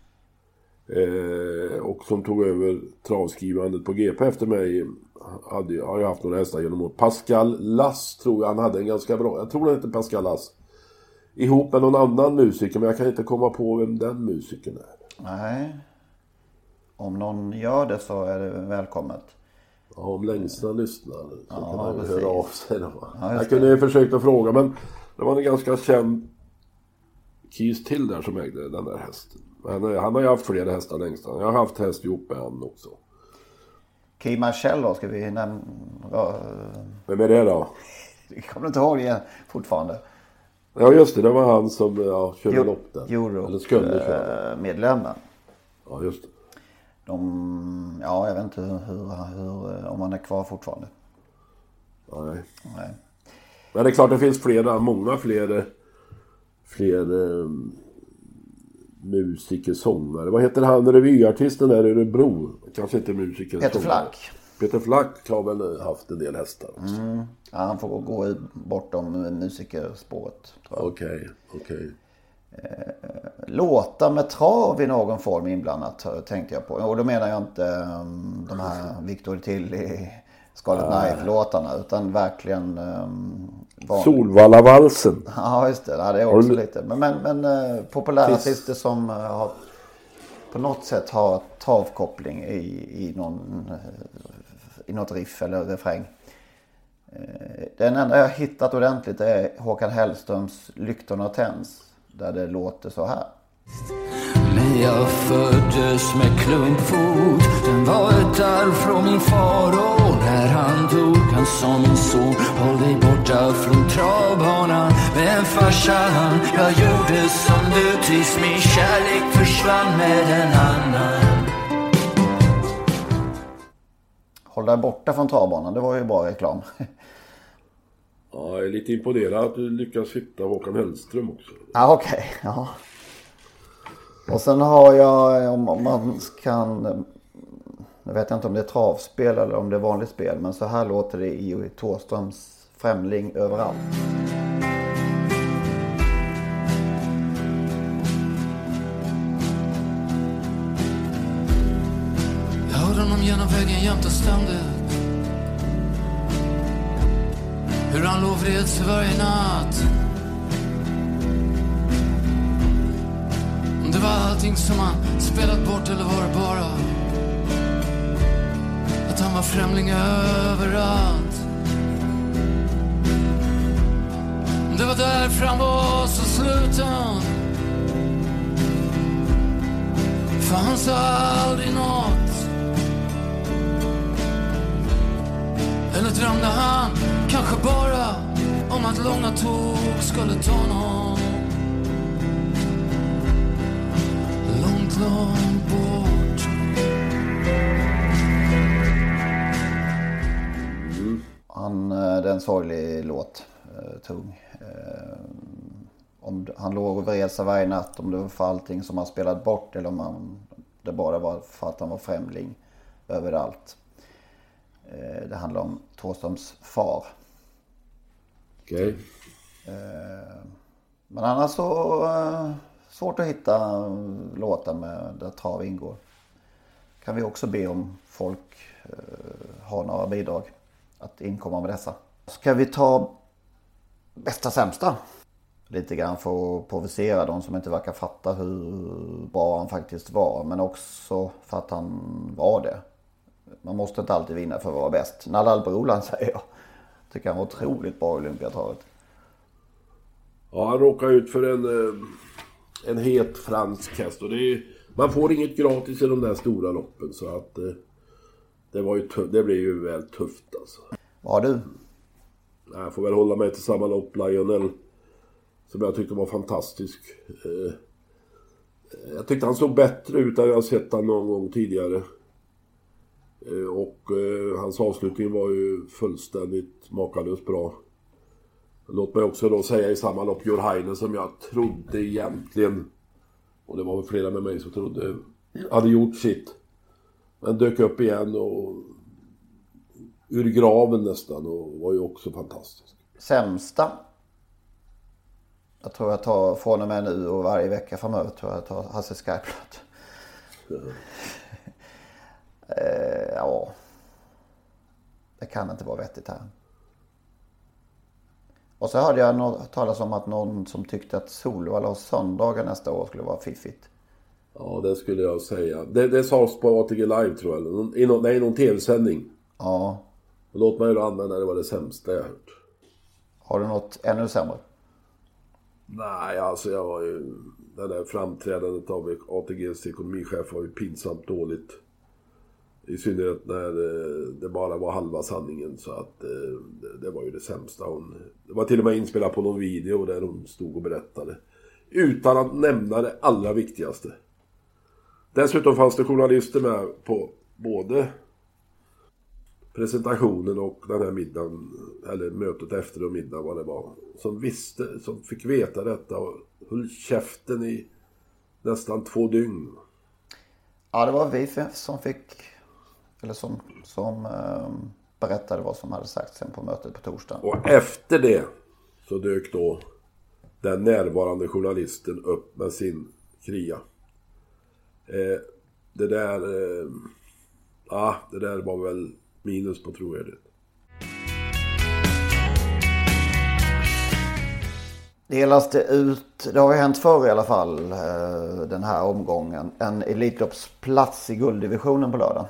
Och som tog över travskrivandet på GP efter mig. Har jag haft några hästar genom år. Pascal Lass tror jag han hade en ganska bra. Jag tror det heter Pascal Lass. Ihop med någon annan musiker. Men jag kan inte komma på vem den musikern är. Nej. Om någon gör det så är det välkommet. Ja, om Längstrand lyssnar. Så kan han höra av sig då. Ja, jag kunde ju försökt att fråga. Men det var en ganska känd Keys till där som ägde den där hästen. Men han har ju haft flera hästar Längstrand. Jag har haft häst ihop med han också. Key Marshall då, ska vi nämna... Vem är det då? Jag kommer inte ihåg det fortfarande. Ja just det var han som körde lopp där. Euro, eller skulle köra. Medlemmen. Ja just det. Jag vet inte hur om han är kvar fortfarande. Nej. Men det är klart det finns många fler musiker, sångare. Vad heter han revyartisten där i Örebro? Kanske inte musiker. Peter Flack. Peter Flack har väl haft en del hästar också. Ja, han får gå bortom musikerspåret. Okej. Låtar med trav i någon form inblandat tänkte jag på. Och då menar jag inte de här Victor Tilly Scarlet Knight-låtarna utan verkligen Solvallavalsen. Ja, just det. Ja, det är också lite. Men populära artister som har på något sätt har travkoppling i något riff eller refräng. Den enda jag hittat ordentligt är Håkan Hellströms Lyktorna tänds, där det låter så här. Men jag föddes med klumpfot. Den var ett arv från min far. Och när han dog han sa min son: håll dig borta från travbanan. Men farsan, jag gjorde som du tills min kärlek försvann med en annan. Håll dig borta från travbanan, det var ju bara reklam. Ja, jag är lite imponerad att du lyckas hitta Håkan Hellström också. Ja, okej. Ja. Och sen har jag, om man kan, jag vet inte om det är travspel eller om det är vanligt spel, men så här låter det i Thåströms Främling överallt. Jag hörde honom genom väggen jämt och ständigt. Hur han lovreds varje natt. Det var allting som han spelat bort, eller var det bara att han var främling överallt. Det var därför han var så sluten. För han sa aldrig något. Eller drömde han kanske bara om att långa tåg skulle ta någon långt bort. Det är en sorglig låt, tung. Om han låg och vred sig varje natt, om det var för allting som han spelat bort eller om det bara var för att han var främling överallt. Det handlar om Thåströms far. Okej. Men annars så svårt att hitta låtar med där trav ingår. Kan vi också be om folk har några bidrag att inkomma med dessa. Ska vi ta bästa sämsta? Lite grann för att provocera de som inte verkar fatta hur bra han faktiskt var. Men också för att han var det. Man måste inte alltid vinna för att vara bäst. Nallal Broland säger jag. Tycker han var otroligt bra i Olympiatravet. Ja, han råkade ut för en het fransk häst. Och man får inget gratis i de där stora loppen. Så att det blir ju väl tufft alltså. Vad har du? Jag får väl hålla mig till samma lopp, Lionel. Som jag tyckte var fantastisk. Jag tyckte han såg bättre ut än jag sett han någon gång tidigare. Och hans avslutning var ju fullständigt makalöst bra. Låt mig också då säga i samma lopp Jorhainen, som jag trodde egentligen, och det var väl flera med mig som trodde hade gjort sitt. Men dök upp igen och ur graven nästan, och var ju också fantastisk. Sämsta? Jag tror jag tar från och med nu och varje vecka framöver tror jag tar Hasse Skyplot. Ja. Det kan inte vara vettigt här. Och så hörde jag talas om att någon som tyckte att Solvalla och söndagar nästa år skulle vara fiffigt. Ja, det skulle jag säga. Det sades på ATG Live tror jag. I någon tv-sändning. Ja. Låt mig då använda, det var det sämsta jag hört. Har du något ännu sämre? Nej, alltså jag var ju... Det där framträdandet av ATGs ekonomichef var ju pinsamt dåligt. I synnerhet när det bara var halva sanningen, så att det var ju det sämsta. Det var till och med inspelat på någon video där hon stod och berättade. Utan att nämna det allra viktigaste. Dessutom fanns det journalister med på både presentationen och den här middagen, eller mötet efter och middagen vad det var. Som fick veta detta och höll käften i nästan 2 dygn. Ja, det var vi som fick Eller som berättade vad som hade sagts sen på mötet på torsdagen. Och efter det så dök då den närvarande journalisten upp med sin kria. Det där var väl minus på trovärdighet. Delas det ut, det har ju hänt förr i alla fall den här omgången, en Elitloppsplats i gulddivisionen på lördag.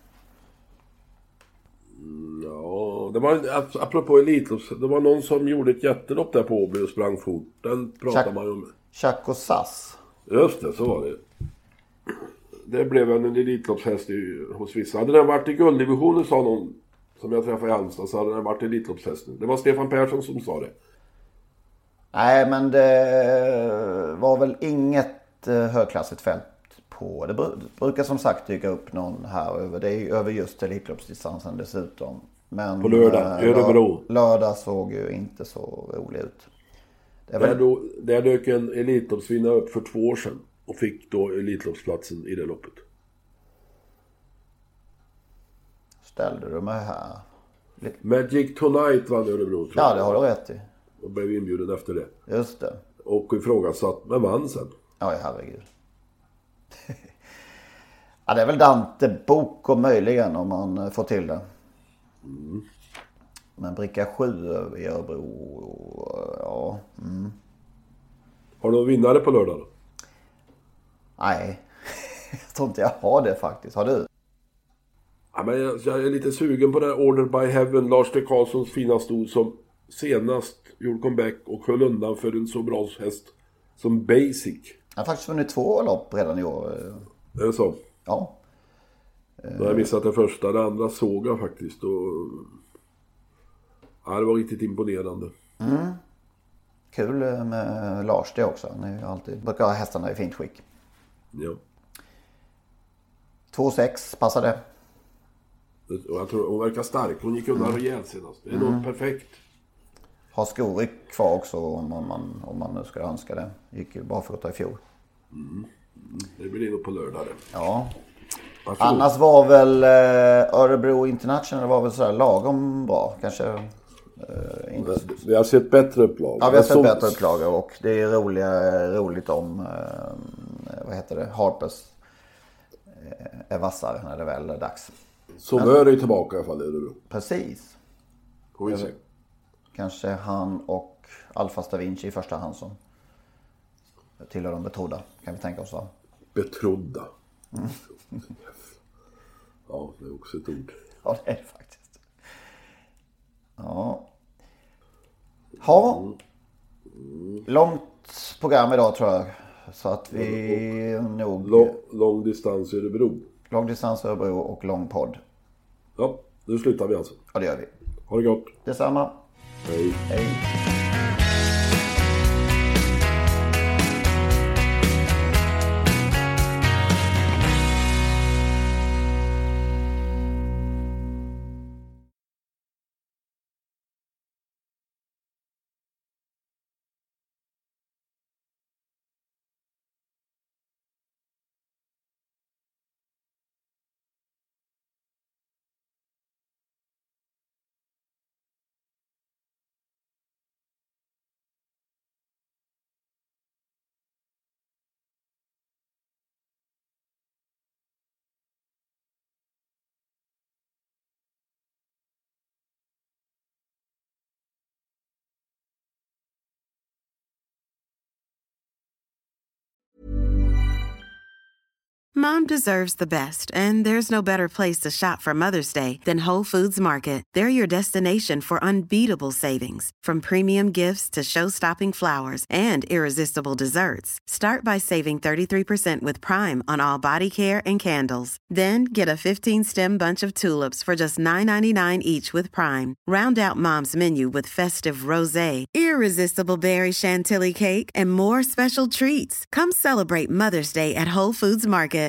Ja, det var, apropå Elitlopps, det var någon som gjorde ett jättelopp där på Åby och sprang fort. Den pratade man ju om. Chaco Sass. Just det, så var det. Det blev en Elitloppshäst hos vissa. Hade den varit i gulddivisionen, sa någon som jag träffade i Halmstad, så hade den varit Elitloppshäst. Det var Stefan Persson som sa det. Nej, men det var väl inget högklassigt fält på. Det brukar som sagt dyka upp någon här över. Det är över just Elitloppsdistansen dessutom. Men på lördag, Örebro. Lördag såg ju inte så rolig ut. Där dök en Elitloppsvinnare upp för 2 år sedan och fick då Elitloppsplatsen i det loppet. Ställde du mig här? Magic Tonight vann Örebro, tror jag. Ja, det har du rätt i. Och blev inbjuden efter det. Just det. Och ifrågasatt, men vann sen. Ja, herregud. Ja, det är väl Dante Boko möjligen om man får till det. Men bricka 7 i Örebro, ja. Har du någon vinnare på lördag då? Nej, jag tror inte jag har det faktiskt. Har du? Ja, men jag är lite sugen på det här Order by Heaven, Lars de Karlssons fina stol som senast gjorde comeback och höll undan för en så bra häst som Basic. Jag har faktiskt vunnit 2 lopp redan i år. Är det så? Ja. Då har jag missat det första, det andra såg jag faktiskt. Och... ja, det var riktigt imponerande. Kul med Lars det också. Han är ju alltid, brukar ha hästarna i fint skick. Ja. 2,6 passar det. Och jag tror hon verkar stark. Hon gick undan rejält senast. Det är nog perfekt. Har skoryck kvar också om man nu ska önska det. Gick ju bara för i fjol. Det blir nog på lördag. Ja. Annars var väl Örebro International var väl sådär lagom bra. Kanske inte. Vi har sett bättre upplag. Ja, vi har sett bättre upplag och det är roligt om vad heter det? Harpers är vassare när det väl är dags. Så är det tillbaka i alla fall, är det då. Precis. Får vi se. Kanske han och Alfa Stavinci i första hand som tillhör de betrodda. Kan vi tänka oss va? Betrodda. Ja, det är också ett ord. Ja, det är det faktiskt. Ja. Långt program idag tror jag. Så att vi nog... Lång distans i Örebro. Lång distans i Örebro och lång podd. Ja, nu slutar vi alltså. Ja, det gör vi. Ha det gott. Detsamma. Hej. Hej. Mom deserves the best, and there's no better place to shop for Mother's Day than Whole Foods Market. They're your destination for unbeatable savings, from premium gifts to show-stopping flowers and irresistible desserts. Start by saving 33% with Prime on all body care and candles. Then get a 15-stem bunch of tulips for just $9.99 each with Prime. Round out Mom's menu with festive rosé, irresistible berry chantilly cake, and more special treats. Come celebrate Mother's Day at Whole Foods Market.